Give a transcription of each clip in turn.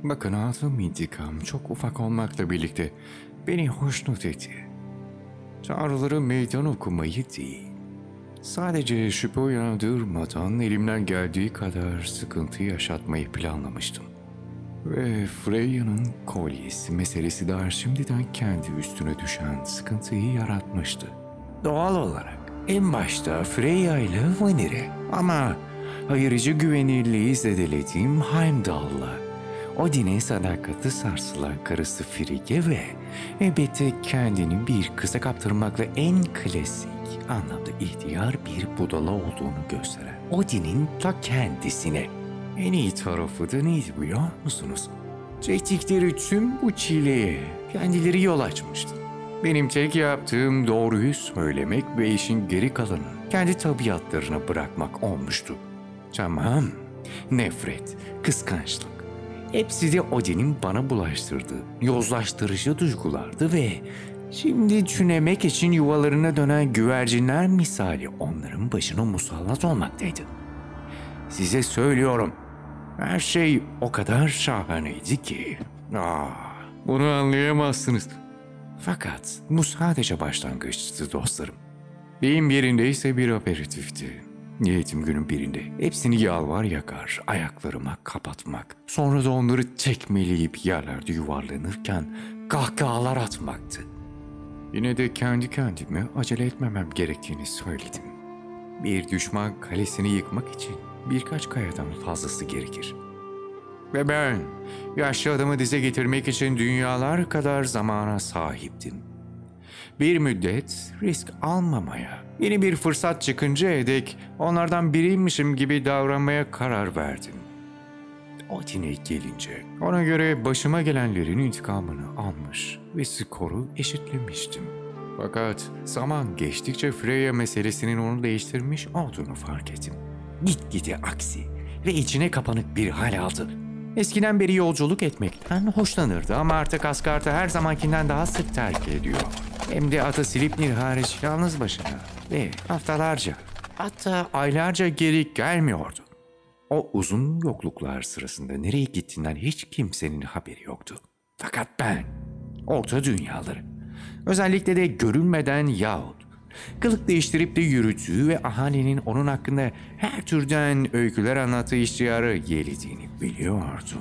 Bakın aldığım intikam çok ufak olmakla birlikte beni hoşnut etti. Tanrılara meydan okumayı değil, sadece şüphe uyandırmadan elimden geldiği kadar sıkıntı yaşatmayı planlamıştım. Ve Freya'nın kolyesi meselesi de şimdiden kendi üstüne düşen sıkıntıyı yaratmıştı. Doğal olarak en başta Freya ile Vanir'e ama ayırıcı güvenirliği zedelediğim Heimdall'la Odin'e sadakati sarsılan karısı Frigge ve elbette kendini bir kıza kaptırmakla en klasik anlamda ihtiyar bir budala olduğunu gösteren Odin'in ta kendisine. En iyi tarafı da neydi biliyor musunuz? Çektikleri tüm bu çileye kendileri yol açmıştı. Benim tek yaptığım doğruyu söylemek ve işin geri kalanını kendi tabiatlarına bırakmak olmuştu. Tamam, nefret, kıskançlık, hepsi de Odin'in bana bulaştırdığı yozlaştırıcı duygulardı ve şimdi tünemek için yuvalarına dönen güvercinler misali onların başına musallat olmaktaydı. Size söylüyorum, her şey o kadar şahaneydi ki. Bunu anlayamazsınız. Fakat bu sadece başlangıçtı dostlarım. Deyim yerindeyse bir aperatifti. Niyetim günün birinde hepsini yalvar yakar ayaklarıma kapatmak. Sonra da onları tekmeleyip yerlerde yuvarlanırken kahkahalar atmaktı. Yine de kendi kendime acele etmemem gerektiğini söyledim. Bir düşman kalesini yıkmak için birkaç kayadan fazlası gerekir. Ve ben yaşlı adamı dize getirmek için dünyalar kadar zamana sahiptim. Bir müddet risk almamaya, yeni bir fırsat çıkıncaya dek onlardan biriymişim gibi davranmaya karar verdim. Odin'e gelince ona göre başıma gelenlerin intikamını almış ve skoru eşitlemiştim. Fakat zaman geçtikçe Freya meselesinin onu değiştirmiş olduğunu fark ettim. Gitgide aksi ve içine kapanık bir hal aldı. Eskiden beri yolculuk etmekten hoşlanırdı ama artık Asgard'ı her zamankinden daha sık terk ediyor. Hem de atı Sleipnir hariç yalnız başına ve haftalarca, hatta aylarca geri gelmiyordu. O uzun yokluklar sırasında nereye gittiğinden hiç kimsenin haberi yoktu. Fakat ben, orta dünyaları, özellikle de görünmeden yahut kılık değiştirip de yürüttüğü ve ahalinin onun hakkında her türden öyküler anlattığı iştiyarı yelediğini biliyordum.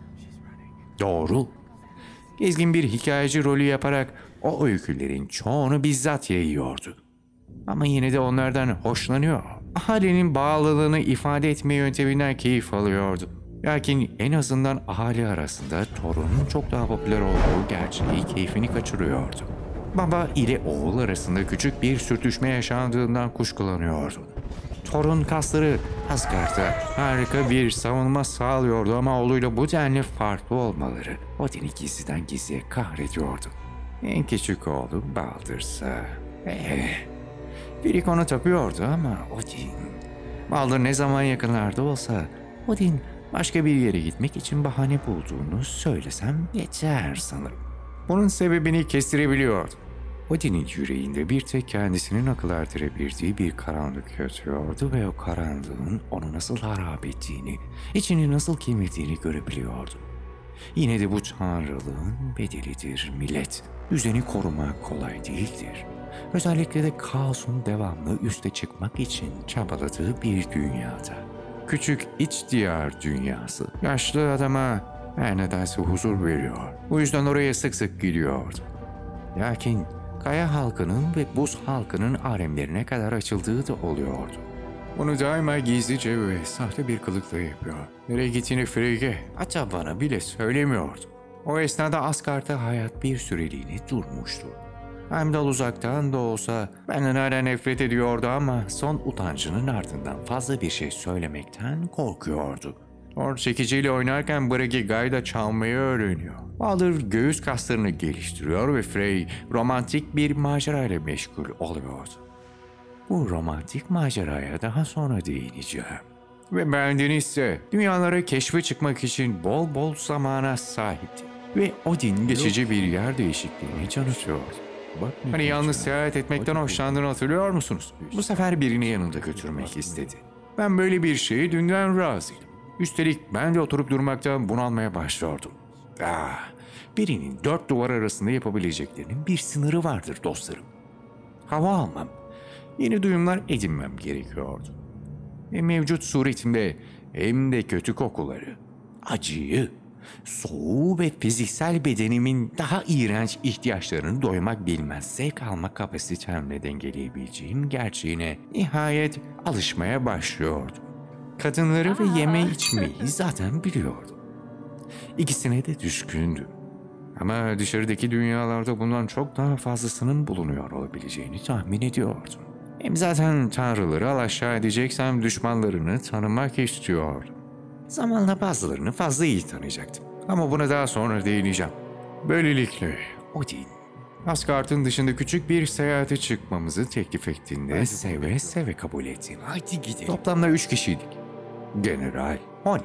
Doğru. Gezgin bir hikayeci rolü yaparak o öykülerin çoğunu bizzat yayıyordu. Ama yine de onlardan hoşlanıyor. Ahalinin bağlılığını ifade etme yönteminden keyif alıyordu. Lakin en azından ahali arasında torunun çok daha popüler olduğu gerçeği keyfini kaçırıyordu. Baba ile oğul arasında küçük bir sürtüşme yaşandığından kuşkulanıyordu. Torun kasları Asgard'a harika bir savunma sağlıyordu ama oğluyla bu denli farklı olmaları Odin'i gizliden gizliye kahrediyordu. En küçük oğlu Baldur'sa... Biri onu tapıyordu ama Odin... Baldur ne zaman yakınlarda olsa Odin başka bir yere gitmek için bahane bulduğunu söylesem yeter sanırım. Bunun sebebini kestirebiliyordu. Odin'in yüreğinde bir tek kendisinin akıl erdirebildiği bir karanlık yatıyordu ve o karanlığın onu nasıl harap ettiğini, içini nasıl kemirdiğini görebiliyordu. Yine de bu tanrılığın bedelidir millet. Düzeni korumak kolay değildir. Özellikle de kaosun devamlı üste çıkmak için çabaladığı bir dünyada. Küçük iç diyar dünyası yaşlı adama her nedense huzur veriyor. Bu yüzden oraya sık sık gidiyordu. Lakin kaya halkının ve buz halkının alemlerine kadar açıldığı da oluyordu. Bunu daima gizlice ve sahte bir kılıkla yapıyor. Nereye gittiğini Frigge hatta bana bile söylemiyordu. O esnada Asgard'da hayat bir süreliğine durmuştu. Heimdall uzaktan da olsa benden hala nefret ediyordu ama son utancının ardından fazla bir şey söylemekten korkuyordu. Thor çekiciyle oynarken Bragi gayda çalmayı öğreniyor. Baldur göğüs kaslarını geliştiriyor ve Frey romantik bir macerayla meşgul oluyordu. Bu romantik maceraya daha sonra değineceğim. Ve bendeniz ise dünyalara keşfe çıkmak için bol bol zamana sahipti. Ve Odin geçici bir yer değişikliğini tanıtıyordu. Hani yalnız seyahat etmekten hoşlandığını hatırlıyor musunuz? Bu sefer birini yanında götürmek istedi. Ben böyle bir şeye dünden razıydım. Üstelik ben de oturup durmaktan bunalmaya başlıyordum. Birinin dört duvar arasında yapabileceklerinin bir sınırı vardır dostlarım. Hava almam, yeni duyumlar edinmem gerekiyordu. Hem mevcut suretimde hem de kötü kokuları, acıyı, soğuğu ve fiziksel bedenimin daha iğrenç ihtiyaçlarını doymak bilmez zevk alma kapasitemle dengeleyebileceğim gerçeğine nihayet alışmaya başlıyordum. Kadınları ve yeme içmeyi zaten biliyordum. İkisine de düşkündüm. Ama dışarıdaki dünyalarda bundan çok daha fazlasının bulunuyor olabileceğini tahmin ediyordum. Hem zaten tanrıları alaşağı edeceksem düşmanlarını tanımak istiyordum. Zamanla bazılarını fazla iyi tanıyacaktım. Ama buna daha sonra değineceğim. Böylelikle Odin, Asgard'ın dışında küçük bir seyahate çıkmamızı teklif ettiğinde seve seve kabul ettim. Haydi gidelim. Toplamda 3 kişiydik. General Honir,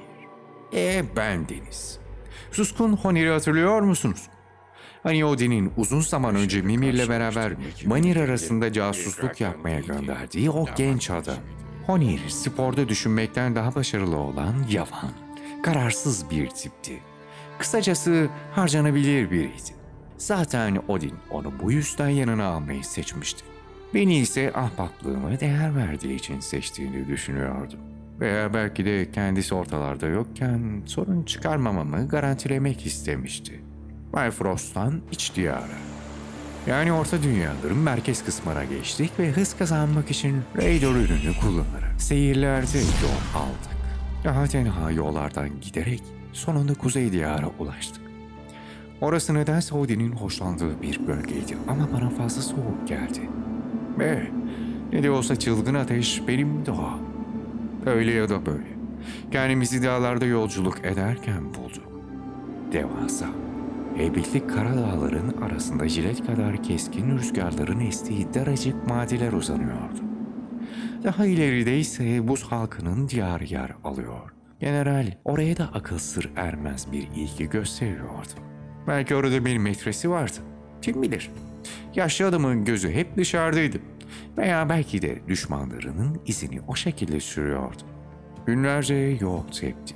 ben Deniz. Suskun Honir'i hatırlıyor musunuz? Hani Odin'in uzun zaman önce Mimir'le beraber Vanir arasında casusluk yapmaya gönderdiği o genç adam. Honir, sporda düşünmekten daha başarılı olan yavan, kararsız bir tipti. Kısacası harcanabilir biriydi. Zaten Odin onu bu yüzden yanına almayı seçmişti. Beni ise ahbaplığıma değer verdiği için seçtiğini düşünüyordum. Veya belki de kendisi ortalarda yokken sorun çıkarmamamı garantilemek istemişti. Bifrost'tan iç diyara. Yani orta dünyaların merkez kısmına geçtik ve hız kazanmak için Raidor ürünü kullanarak seyirlerde yol aldık. Daha tenha yollardan giderek sonunda Kuzey Diyar'a ulaştık. Orası nedense Odin'in hoşlandığı bir bölgeydi ama bana fazla soğuk geldi. Ve ne de olsa çılgın ateş benim doğam. Öyle ya da böyle. Kendimizi dağlarda yolculuk ederken bulduk. Devasa, heybetli kara dağların arasında jilet kadar keskin rüzgarların estiği daracık vadiler uzanıyordu. Daha ileride ise buz halkının diyarı yer alıyor. General oraya da akıl sır ermez bir ilgi gösteriyordu. Belki orada bir metresi vardı. Kim bilir? Yaşlı adamın gözü hep dışarıdaydı. Veya belki de düşmanlarının izini o şekilde sürüyordu. Günlerce yol teptik.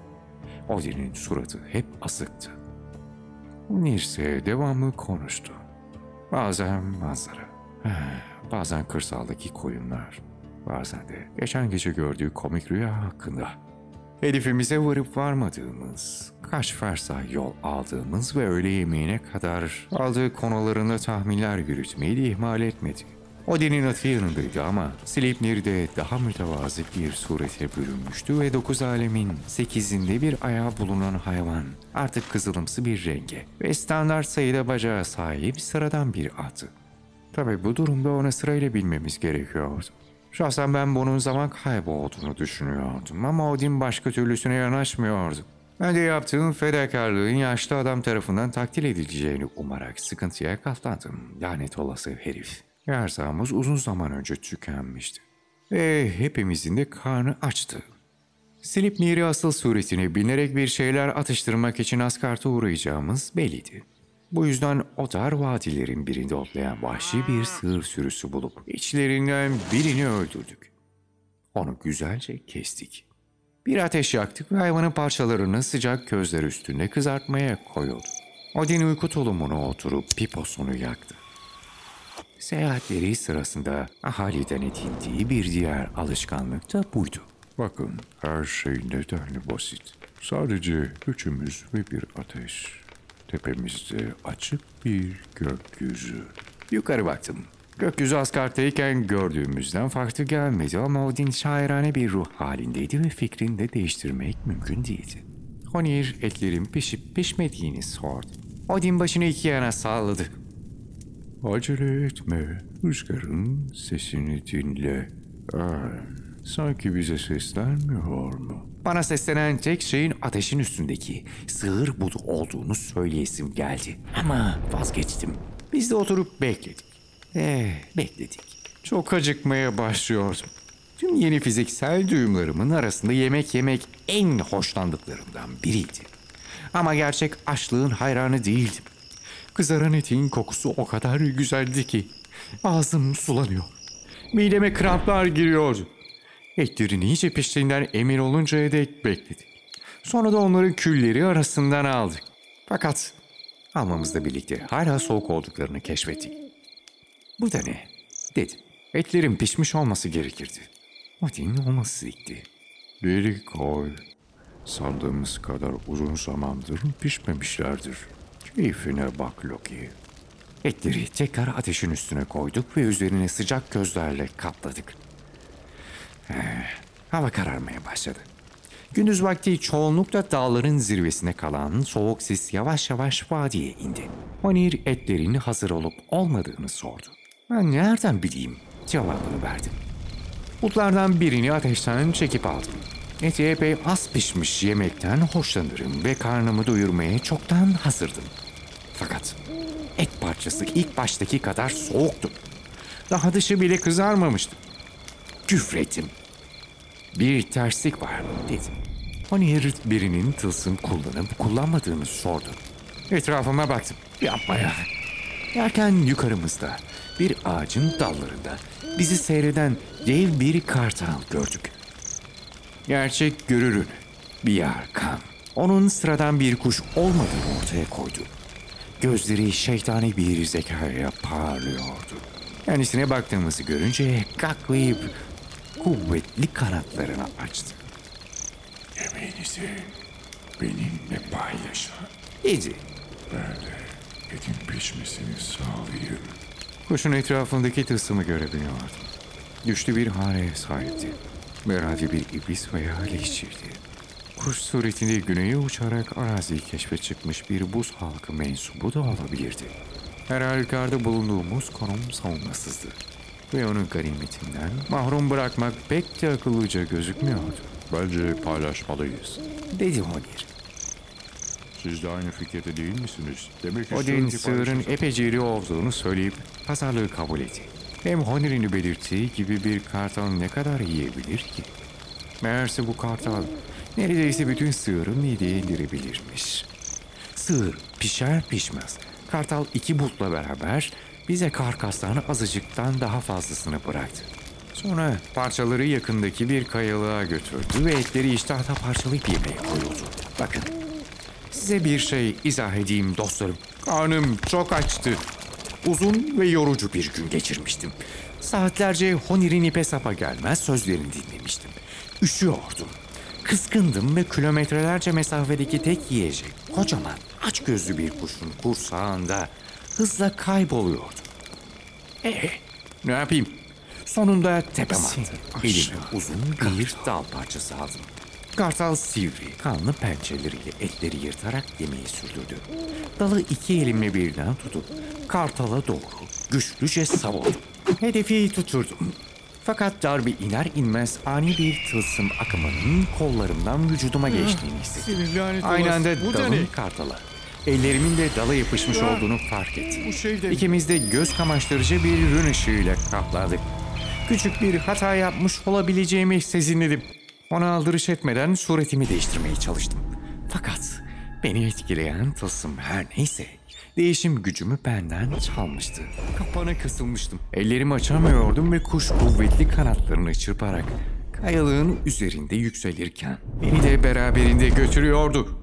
Odin'in suratı hep asıktı. Nirse devamlı konuştu. Bazen manzara, bazen kırsaldaki koyunlar, bazen de geçen gece gördüğü komik rüya hakkında. Hedefimize varıp varmadığımız, kaç fersah yol aldığımız ve öğle yemeğine kadar aldığı konularında tahminler yürütmeyi de ihmal etmedi. Odin'in atı yanındaydı ama Sleipnir de daha mütevazi bir surete bürünmüştü ve 9 alemin 8'inde bir ayağı bulunan hayvan artık kızılımsı bir renge ve standart sayıda bacağı sahip sıradan bir atı. Tabii bu durumda ona sırayla bilmemiz gerekiyordu. Şahsen ben bunun zaman kaybı olduğunu düşünüyordum ama Odin başka türlüsüne yanaşmıyordu. Ben de yaptığım fedakarlığın yaşlı adam tarafından takdir edileceğini umarak sıkıntıya katlandım. Lanet olası herif. Erzağımız uzun zaman önce tükenmişti. Ve hepimizin de karnı açtı. Sleipnir'i asıl suretine binerek bir şeyler atıştırmak için Asgard'a uğrayacağımız belliydi. Bu yüzden o dar vadilerin birinde otlayan vahşi bir sığır sürüsü bulup içlerinden birini öldürdük. Onu güzelce kestik. Bir ateş yaktık ve hayvanın parçalarını sıcak közler üstünde kızartmaya koyuldu. Odin uyku tulumuna oturup piposunu yaktı. Seyahatleri sırasında ahaliden edindiği bir diğer alışkanlık da buydu. Bakın, her şey nedenli basit. Sadece üçümüz ve bir ateş. Tepemizde açık bir gökyüzü. Yukarı baktım. Gökyüzü Asgard'tayken gördüğümüzden farklı gelmedi ama Odin şairane bir ruh halindeydi ve fikrini de değiştirmek mümkün değildi. Honir etlerin pişip pişmediğini sordu. Odin başını iki yana salladı. Acele etme, rüzgarın sesini dinle. Sanki bize seslenmiyor mu? Bana seslenen tek şeyin ateşin üstündeki sığır budu olduğunu söyleyesim geldi. Ama vazgeçtim. Biz de oturup bekledik. Bekledik. Çok acıkmaya başlıyordum. Tüm yeni fiziksel duyumlarımın arasında yemek yemek en hoşlandıklarımdan biriydi. Ama gerçek açlığın hayranı değildim. Kızaran etin kokusu o kadar güzeldi ki ağzım sulanıyor. Mideme kramplar giriyordu. Etlerin iyice piştiğinden emin oluncaya dek bekledik. Sonra da onları külleri arasından aldık. Fakat almamızla birlikte hala soğuk olduklarını keşfettik. Bu da ne? Dedim. Etlerin pişmiş olması gerekirdi. Odin olması zikti. Biri koy. Sandığımız kadar uzun zamandır pişmemişlerdir. Keyfine bak Loki. Etleri tekrar ateşin üstüne koyduk ve üzerine sıcak gözlerle kapladık. Hava kararmaya başladı. Gündüz vakti çoğunlukla dağların zirvesine kalan soğuk sis yavaş yavaş vadiye indi. Honir etlerin hazır olup olmadığını sordu. Ben nereden bileyim cevabını verdim. Butlardan birini ateşten çekip aldım. Eti epey az pişmiş yemekten hoşlanırım ve karnımı doyurmaya çoktan hazırdım. Fakat et parçası ilk baştaki kadar soğuktu. Daha dışı bile kızarmamıştı. Küfrettim. Bir terslik var dedim. Honir birinin tılsım kullanıp kullanmadığını sordu. Etrafıma baktım. Yapma ya. Derken yukarımızda bir ağacın dallarında bizi seyreden dev bir kartal gördük. Gerçek görürün bir yarkan. Onun sıradan bir kuş olmadığını ortaya koydu. Gözleri şeytani bir zekaya parlıyordu. Kendisine baktığımızı görünce kaklayıp kuvvetli kanatlarını açtı. Yemeğinizi benimle paylaşın. İyice. Ben de etin pişmesini sağlayayım. Kuşun etrafındaki tılsımı görebiliyordum. Güçlü bir haneye sahipti. Herhalde bir iblis veya leşçiydi. Kuş suretinde güneye uçarak araziyi keşfe çıkmış bir buz halkı mensubu da olabilirdi. Her halükarda bulunduğumuz konum savunmasızdı. Ve onu ganimetinden mahrum bırakmak pek de akıllıca gözükmüyordu. Bence paylaşmalıyız. Dedi Honir. Siz de aynı fikirde değil misiniz? Demek Odin istiyorum ki sığırın paylaşırsak- epeyce iri olduğunu söyleyip pazarlığı kabul etti. Hem Honir'in belirttiği gibi bir kartal ne kadar yiyebilir ki? Meğerse bu kartal neredeyse bütün sığırı mideye indirebilirmiş. Sığır pişer pişmez. Kartal iki butla beraber bize karkaslarını azıcıktan daha fazlasını bıraktı. Sonra parçaları yakındaki bir kayalığa götürdü ve etleri iştahla parçalayıp yemeye koyuldu. Bakın, size bir şey izah edeyim dostlarım. Karnım çok açtı. Uzun ve yorucu bir gün geçirmiştim. Saatlerce Honir'in ipe sapa gelmez sözlerini dinlemiştim. Üşüyordum. Kıskındım ve kilometrelerce mesafedeki tek yiyecek kocaman açgözlü bir kuşun kursağında hızla kayboluyordum. Ne yapayım? Sonunda tepem attı. Elime uzun bir dal parçası aldım. Kartal sivri, kanlı pençeleriyle etleri yırtarak yemeği sürdürdü. Dalı iki elimle birden tutup kartala doğru güçlüce savurdum. Hedefi tuturdum. Fakat darbe iner inmez ani bir tılsım akımının kollarımdan vücuduma geçtiğini hissettim. Aynı anda dalın kartala, ellerimin de dala yapışmış olduğunu fark ettim. İkimiz de göz kamaştırıcı bir rün ışığıyla kaplandık. Küçük bir hata yapmış olabileceğimi sezinledim. Ona aldırış etmeden suretimi değiştirmeye çalıştım. Fakat beni etkileyen tılsım her neyse değişim gücümü benden çalmıştı. Kapana kısılmıştım. Ellerimi açamıyordum ve kuş kuvvetli kanatlarını çırparak kayalığın üzerinde yükselirken beni de beraberinde götürüyordu.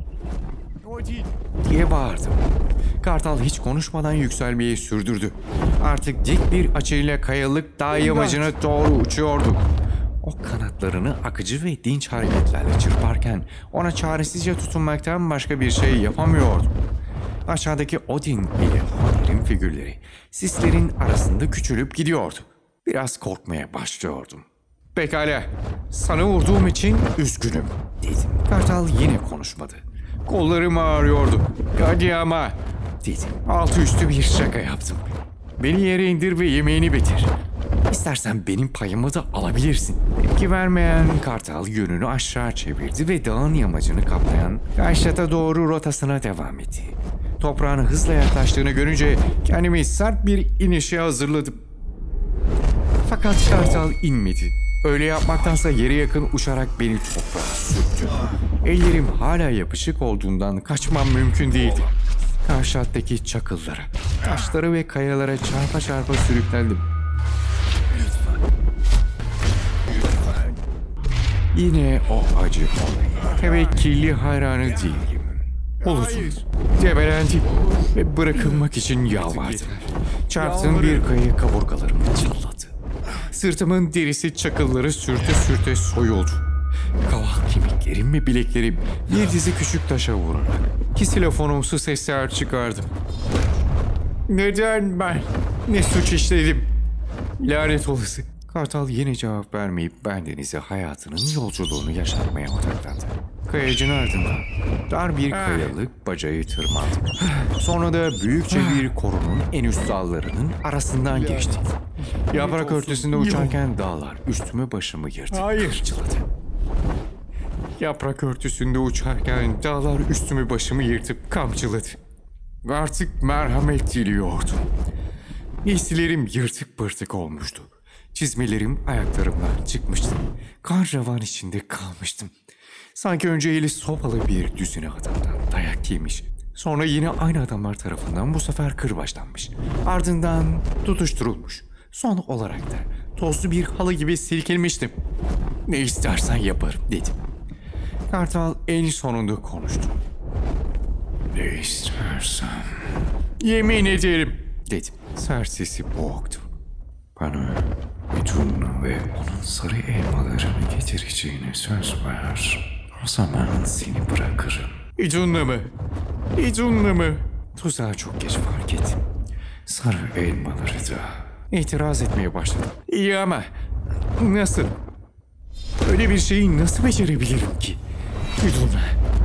Diye bağırdım. Kartal hiç konuşmadan yükselmeyi sürdürdü. Artık dik bir açıyla kayalık dağ yamacına doğru uçuyordu. O kanatlarını akıcı ve dinç hareketlerle çırparken ona çaresizce tutunmaktan başka bir şey yapamıyordum. Aşağıdaki Odin ile Honir'in figürleri sislerin arasında küçülüp gidiyordu. Biraz korkmaya başlıyordum. Pekala, sana vurduğum için üzgünüm dedim. Kartal yine konuşmadı. Kollarım ağrıyordu. Hadi ama dedim. Altı üstü bir şaka yaptım. Beni yere indir ve yemeğini bitir. İstersen benim payımı da alabilirsin. Tepki vermeyen kartal yönünü aşağı çevirdi ve dağın yamacını kaplayan Gayşat'a doğru rotasına devam etti. Toprağın hızla yaklaştığını görünce kendimi sert bir inişe hazırladım. Fakat kartal inmedi. Öyle yapmaktansa yere yakın uçarak beni toprağa sürttü. Ellerim hala yapışık olduğundan kaçmam mümkün değildi. Karşı hattaki çakıllara, taşlara ve kayalara çarpa çarpa sürüklendim. Yine o acı olayı. Tevekkilli hayranı değilim. Ulusun, debelendim ve bırakılmak için yalvardım. Çarptığım bir kayaya kaburgalarımı çatladı. Sırtımın derisi çakılları sürte sürte soyuldu. Kaval kemiklerim ve bileklerim bir dizi küçük taşa vurarak kisilofonumsu sesler çıkardım. Neden ben? Ne suç işledim? Lanet olası. Kartal yine cevap vermeyip bendenize hayatının yolculuğunu yaşatmaya odaklandı. Kayacın ardından dar bir kayalık bacayı tırmandık. Sonra da büyükçe bir korunun en üst dallarının arasından geçtik. Yaprak örtüsünde uçarken dağlar üstümü başımı yırtıp kırçıladı. Yaprak örtüsünde uçarken dağlar üstümü başımı yırtıp kamçıladı. Artık merhamet diliyordum. Giysilerim yırtık pırtık olmuştu. Çizmelerim ayaklarımdan çıkmıştı. Kan revan içinde kalmıştım. Sanki önce eli sopalı bir düzine adamdan dayak yemiş. Sonra yine aynı adamlar tarafından bu sefer kırbaçlanmış. Ardından tutuşturulmuş. Son olarak da tozlu bir halı gibi silkelmiştim. Ne istersen yaparım dedim. Kartal en sonunda konuştu. Ne istersen. Yemin ederim dedim. Sert sesi boğuktu. Bana Midun'u ve onun sarı elmalarını getireceğine söz ver. O zaman seni bırakırım. Midun'la mı? Midun'la mı? Tuzağı çok geç fark ettim. Sarı elmaları da itiraz etmeye başladım. İyi ama nasıl? Öyle bir şeyi nasıl becerebilirim ki? Midun'la.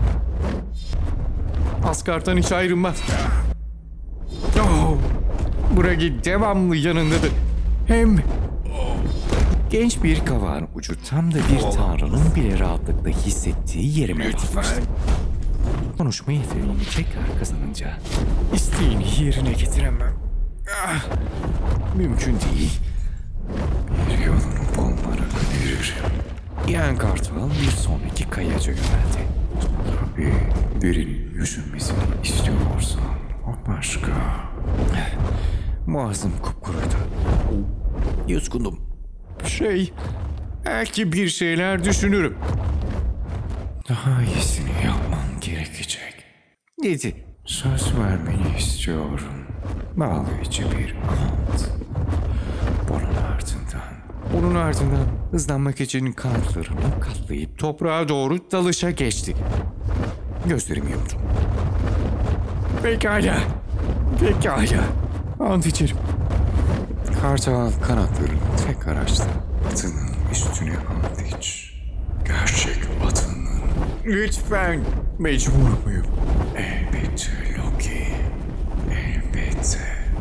Asgard'dan hiç ayrılmaz. Oh, Bragi devamlı yanındadır. Hem genç bir kavağın ucu tam da bir tanrının bile rahatlıkla hissettiği yerime basmıştı. Konuşma yeteneğini tekrar kazanınca isteğini yerine getiremem. Mümkün değil. Bir yolunu bulmanı öneririm. Yan Kartal bir sonraki kayaca yöneldi. Tabii birinin yüzünmesini istiyorsan o başka. Boğazım kupkuruydu. Yutkundum. Belki bir şeyler düşünürüm. Daha iyisini yapman gerekecek. Dedi. Söz vermeni istiyorum. Bağlayıcı bir ant. Onun ardından hızlanmak için kanatlarını katlayıp toprağa doğru dalışa geçti. Gözlerimi yumdum. Pekala. Ant içerim. Kartal kanatlarını tekrar açtı. Atının üstüne ant iç. Gerçek atının. Lütfen. Mecbur muyum? Elbette Loki. Elbette.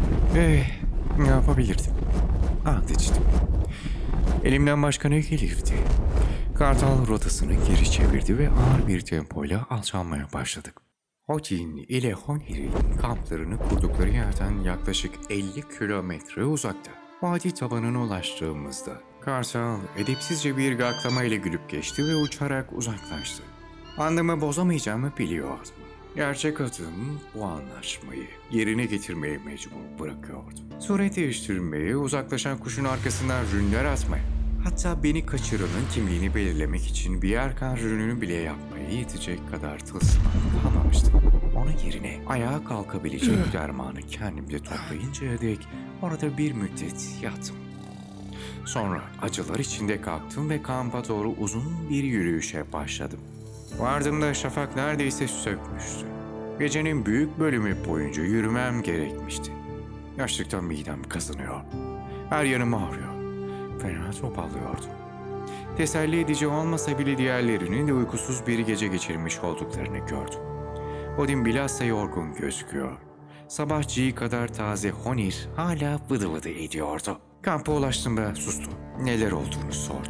Ne yapabilirdim? Ant içtim. Elimden başka ne gelirdi? Kartal rotasını geri çevirdi ve ağır bir tempoyla alçalmaya başladık. Odin ile Honir'in kamplarını kurdukları yerden yaklaşık 50 kilometre uzakta. Vadi tabanına ulaştığımızda Kartal edepsizce bir gaklama ile gülüp geçti ve uçarak uzaklaştı. Andımı bozamayacağımı biliyordum. Gerçek adım bu anlaşmayı yerine getirmeye mecbur bırakıyordu. Suret değiştirmeye, uzaklaşan kuşun arkasından rünler atmaya, hatta beni kaçıranın kimliğini belirlemek için bir erkan rününü bile yapmaya yetecek kadar tılsımım kalmamıştı. Onun yerine ayağa kalkabilecek dermanı kendimde toplayıncaya dek orada bir müddet yattım. Sonra acılar içinde kalktım ve kampa doğru uzun bir yürüyüşe başladım. Vardığımda şafak neredeyse sökmüştü. Gecenin büyük bölümü boyunca yürümem gerekmişti. Yaşlıktan midem kazınıyor. Her yanım ağrıyor. Fena topallıyordum. Teselli edici olmasa bile diğerlerinin de uykusuz bir gece geçirmiş olduklarını gördüm. Odin bilhassa yorgun gözüküyor. Sabahçıyı kadar taze Honir hala vıdı vıdı ediyordu. Kampa ulaştığımda sustu. Neler olduğunu sordu.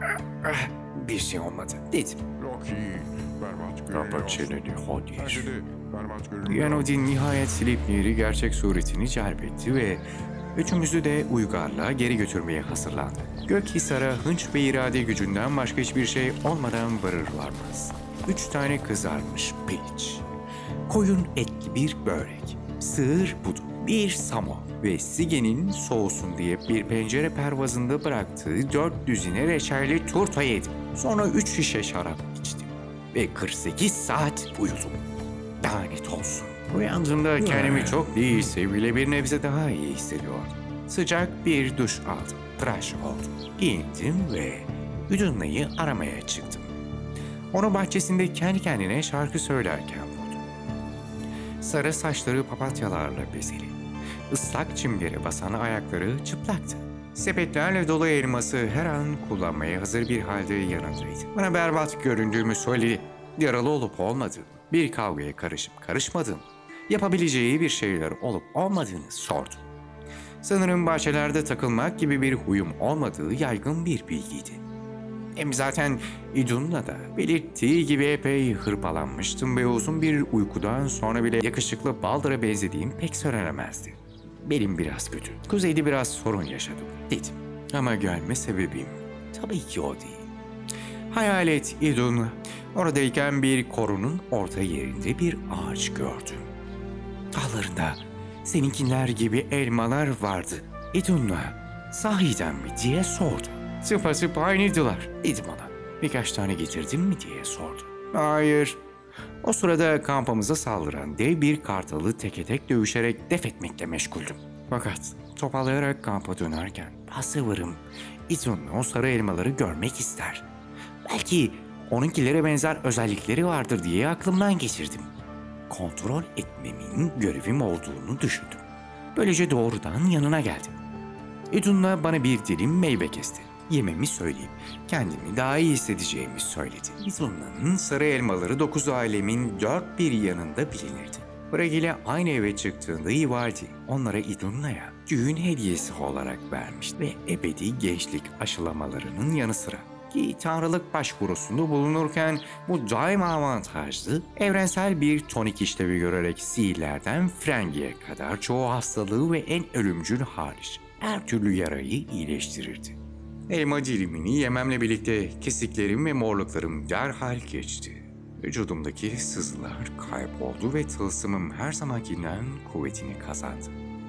Bir şey olmadı dedim. Loki, berbat Kapat çeneni Honir. Bence de berbat görünüyor. Diyen Odin nihayet Sleipnir'i gerçek suretini celbetti ve üçümüzü de uygarlığa geri götürmeye hazırlandı. Gökhisar'a hınç ve irade gücünden başka hiçbir şey olmadan varır varmaz 3 tane kızarmış piliç, koyun etli bir börek, sığır budu, Bir Samo ve Sige'nin soğusun diye bir pencere pervazında bıraktığı 4 düzine reçelli turta yedim. Sonra 3 şişe şarap içtim ve 48 saat uyudum. Lanet olsun. Uyandığımda kendimi çok değilse bile bir nebze daha iyi hissediyordum. Sıcak bir duş aldım, tıraş oldum, giyindim ve Idunla'yı aramaya çıktım. Onu bahçesinde kendi kendine şarkı söylerken buldum. Sarı saçları papatyalarla bezeli, ıslak çimlere basan ayakları çıplaktı. Sepetlerle dolu elması her an kullanmaya hazır bir halde yanındaydı. Bana berbat göründüğümü söyledi. Yaralı olup olmadığını, bir kavgaya karışıp karışmadığını, yapabileceği bir şeyler olup olmadığını sordu. Sanırım bahçelerde takılmak gibi bir huyum olmadığı yaygın bir bilgiydi. Hem zaten İdun'la da belirttiği gibi epey hırpalanmıştım ve uzun bir uykudan sonra bile yakışıklı Baldır'a benzediğim pek söylenemezdi. Belim biraz kötü, kuzeyde biraz sorun yaşadım dedim. Ama gelme sebebim tabii ki o değil. Hayal et İdun, oradayken bir korunun orta yerinde bir ağaç gördüm. Dallarında seninkiler gibi elmalar vardı. İdun'la sahiden mi diye sordu. Sıpasıp aynıydılar dedim ona. Birkaç tane getirdin mi diye sordu. Hayır. O sırada kampımıza saldıran dev bir kartalı teke tek dövüşerek def etmekle meşguldüm. Fakat toparlayarak kampa dönerken basıvırım İdun o sarı elmaları görmek ister. Belki onunkilere benzer özellikleri vardır diye aklımdan geçirdim. Kontrol etmemin görevim olduğunu düşündüm. Böylece doğrudan yanına geldim. İdun'la bana bir dilim meyve kesti. Yememi söyleyip kendimi daha iyi hissedeceğimi söyledi. İdun'un sarı elmaları 9 alemin 4 bir yanında bilinirdi. Bragi ile aynı eve çıktığında Ivaldi onlara İdun'la'ya düğün hediyesi olarak vermişti ve ebedi gençlik aşılamalarının yanı sıra ki tanrılık başvurusunda bulunurken bu daima avantajlı, evrensel bir tonik işlevi görerek sihirlerden frengiye kadar çoğu hastalığı ve en ölümcül hariç her türlü yarayı iyileştirirdi. Elma dilimini yememle birlikte kesiklerim ve morluklarım derhal geçti. Vücudumdaki sızılar kayboldu ve tılsımım her zamankinden kuvvetini kazandı.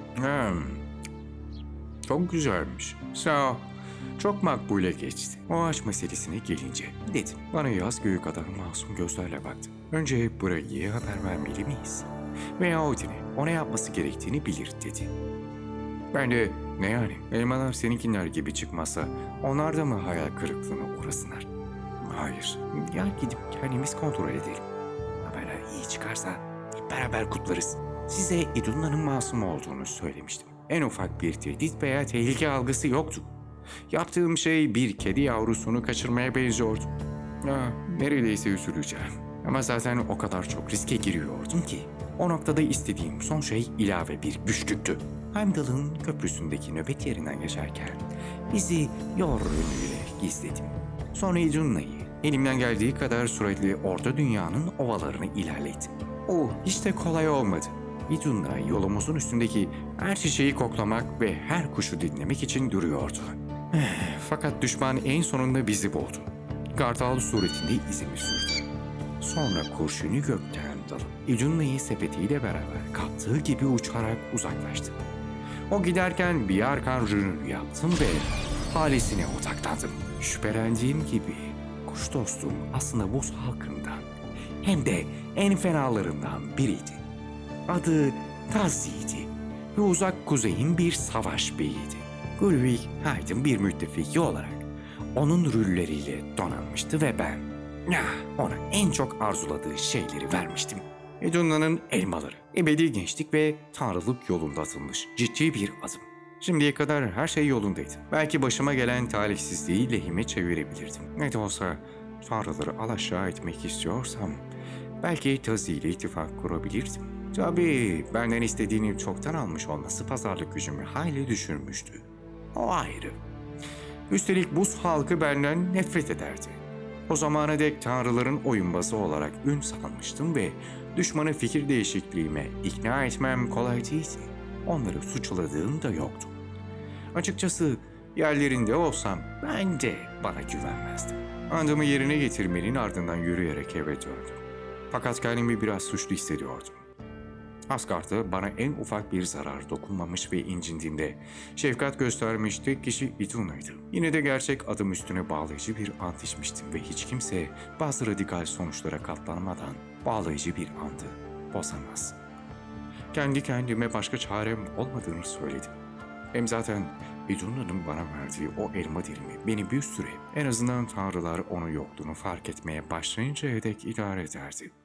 Çok güzelmiş. Sağ ol. Çok makbule geçti. O ağaç meselesine gelince dedim. Bana yaz göğü kadar masum gözlerle baktı. Önce Bragi'ye haber vermeli miyiz? Veya Odin'e ona yapması gerektiğini bilir dedi. Ben de ne yani elmalar seninkiler gibi çıkmazsa onlar da mı hayal kırıklığına uğrasınlar? Hayır. Gel gidip kendimiz kontrol edelim. Haberler iyi çıkarsa hep beraber kutlarız. Size İdunla'nın masum olduğunu söylemiştim. En ufak bir tehdit veya tehlike algısı yoktu. Yaptığım şey bir kedi yavrusunu kaçırmaya benziyordu. Neredeyse üzüleceğim. Ama zaten o kadar çok riske giriyordum ki. O noktada istediğim son şey ilave bir güçlüktü. Heimdall'ın köprüsündeki nöbet yerinden geçerken bizi yol önüyle gizledim. Sonra İdunla'yı elimden geldiği kadar sürekli Orta Dünya'nın ovalarını ilerlettim. O hiç de kolay olmadı. İdunla yolumuzun üstündeki her çiçeği koklamak ve her kuşu dinlemek için duruyordu. Fakat düşman en sonunda bizi buldu. Kartal suretinde izimi sürdü. Sonra kurşunu gökten dalıp İdunla'yı sepetiyle beraber kaptığı gibi uçarak uzaklaştı. O giderken bir arkan rünü yaptım ve halisine odaklandım. Şüphelendiğim gibi kuş dostum aslında buz halkından hem de en fenalarından biriydi. Adı Tazi'ydi ve uzak kuzeyin bir savaş beyiydi. Gulvik Hayd'ın bir müttefiki olarak onun rülleriyle donanmıştı ve ben ona en çok arzuladığı şeyleri vermiştim. Idunla'nın elmaları, ebedi gençlik ve tanrılık yolunda atılmış ciddi bir adım. Şimdiye kadar her şey yolundaydı. Belki başıma gelen talihsizliği lehime çevirebilirdim. Ne de olsa tanrıları alaşağı etmek istiyorsam belki Tazi ile ittifak kurabilirdim. Tabii benden istediğini çoktan almış olması pazarlık gücümü hayli düşürmüştü. O ayrı. Üstelik buz halkı benden nefret ederdi. O zamana dek tanrıların oyunbazı olarak ün salmıştım ve düşmanı fikir değişikliğime ikna etmem kolay değildi. Onları suçladığım da yoktu. Açıkçası yerlerinde olsam ben de bana güvenmezdim. Andımı yerine getirmenin ardından yürüyerek eve döndüm. Fakat kendimi biraz suçlu hissediyordum. Asgard'da bana en ufak bir zarar dokunmamış ve incindiğimde şefkat göstermiş tek kişi Iduna'ydı. Yine de gerçek adım üstüne bağlayıcı bir ant içmiştim ve hiç kimse bazı radikal sonuçlara katlanmadan bağlayıcı bir andı bozamaz. Kendi kendime başka çarem olmadığını söyledim. Hem zaten Iduna'nın bana verdiği o elma dilimi beni bir süre, en azından tanrılar onu yokluğunu fark etmeye başlayıncaya dek idare ederdi.